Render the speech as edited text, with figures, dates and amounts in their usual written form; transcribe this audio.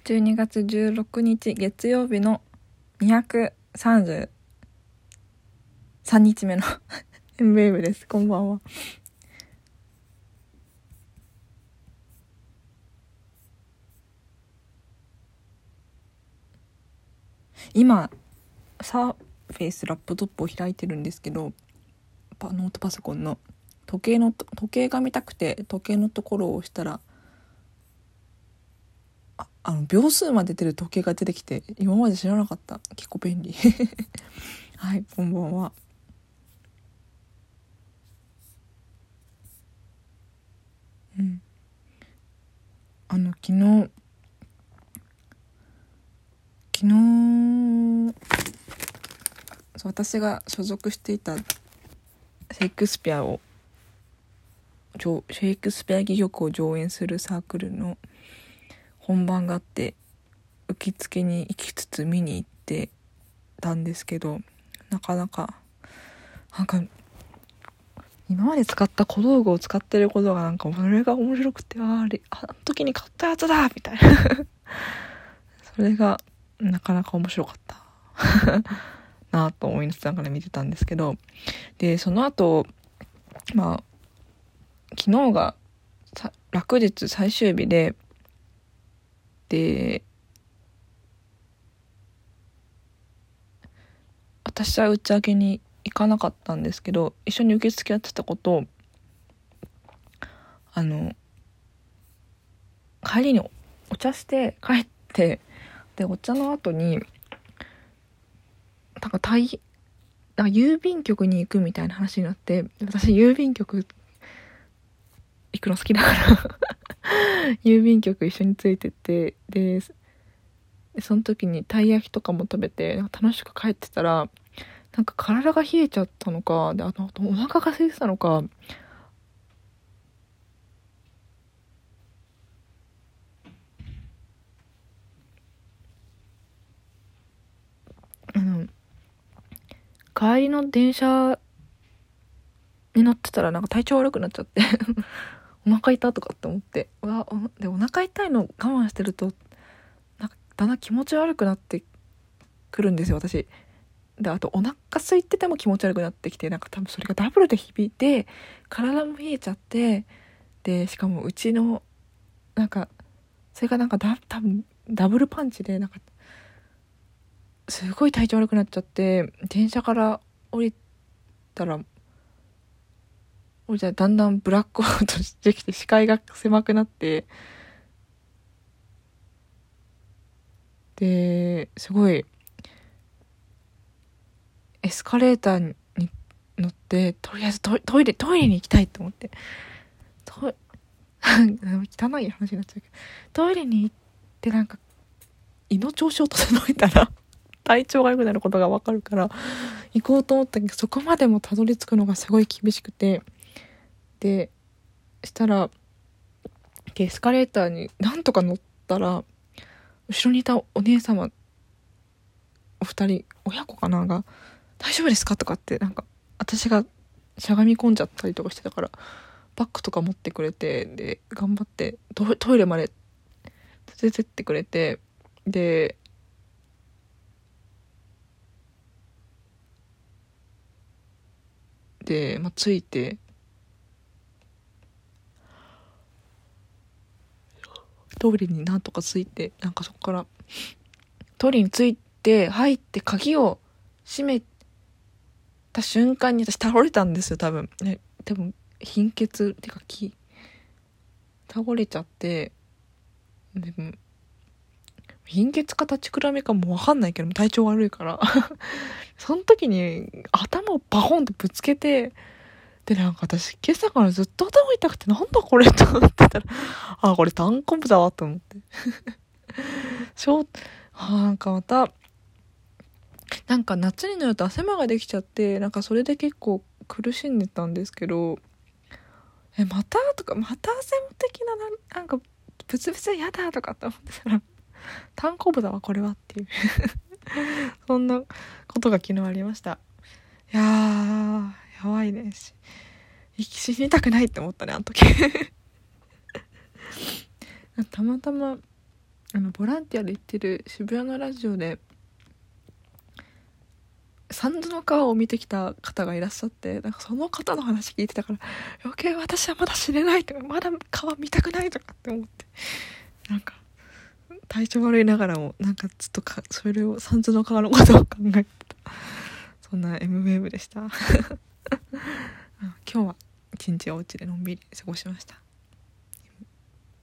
12月16日月曜日の233日目のエンウェーブです。こんばんは。今サーフェイスラップトップを開いてるんですけど、ノートパソコンの時計が見たくて時計のところを押したら秒数まで出る時計が出てきて、今まで知らなかった。結構便利はい、こんばんは。昨日私が所属していたシェイクスピア戯曲を上演するサークルの本番があって、受付に行きつつ見に行ってたんですけど、なかなか今まで使った小道具を使ってることがそれが面白くて、あの時に買ったやつだみたいなそれがなかなか面白かったなと思いながら見てたんですけど、でその後昨日が落日最終日で私は打ち上げに行かなかったんですけど、一緒に受付やってたことを帰りにお茶して帰って、でお茶の後に郵便局に行くみたいな話になって、私郵便局行くの好きだから郵便局一緒についてって、でその時にたい焼きとかも食べて楽しく帰ってたら、体が冷えちゃったのか、であとお腹が空いてたのか、帰りの電車に乗ってたら体調悪くなっちゃってお腹痛とかって思って、でお腹痛いの我慢してるとだんだん気持ち悪くなってくるんですよ、私で。あとお腹空いてても気持ち悪くなってきて、多分それがダブルで響いて体も冷えちゃって、でしかもうちのそれが多分ダブルパンチで、すごい体調悪くなっちゃって、電車から降りたらだんだんブラックアウトしてきて、視界が狭くなって、ですごいエスカレーターに乗って、とりあえずトイレに行きたいと思って、汚い話になっちゃうけど、トイレに行って胃の調子を整えたら体調が良くなることが分かるから行こうと思ったけど、そこまでもたどり着くのがすごい厳しくて、でしたらエスカレーターになんとか乗ったら、後ろにいたお姉様お二人、親子かなが大丈夫ですかとかって、私がしゃがみ込んじゃったりとかしてたから、バッグとか持ってくれて、で頑張ってトイレまで連れてってくれて、で着いて、トイレになんとか着いて、そこからトイレに着いて入って鍵を閉めた瞬間に私倒れたんですよ、多分貧血ってか倒れちゃって、でも貧血か立ちくらみかも分かんないけど体調悪いからその時に頭をバコンってぶつけて、で私今朝からずっと頭痛くて、なんだこれと思ってたらこれ単コブだわと思ってまた夏になると汗まができちゃって、それで結構苦しんでたんですけど、また汗も的なブツブツやだとかって思ってたら、単コブだわこれはっていうそんなことが昨日ありました。いやーやばいね、死にたくないって思ったね、あの時たまたまボランティアで行ってる渋谷のラジオで三途の川を見てきた方がいらっしゃって、なんかその方の話聞いてたから余計私はまだ知れないとか、まだ川見たくないとかって思って、なんか体調悪いながらもなんかずっとそれを三途の川のことを考えてた、そんな M ウェーブでした今日は一日お家でのんびり過ごしました。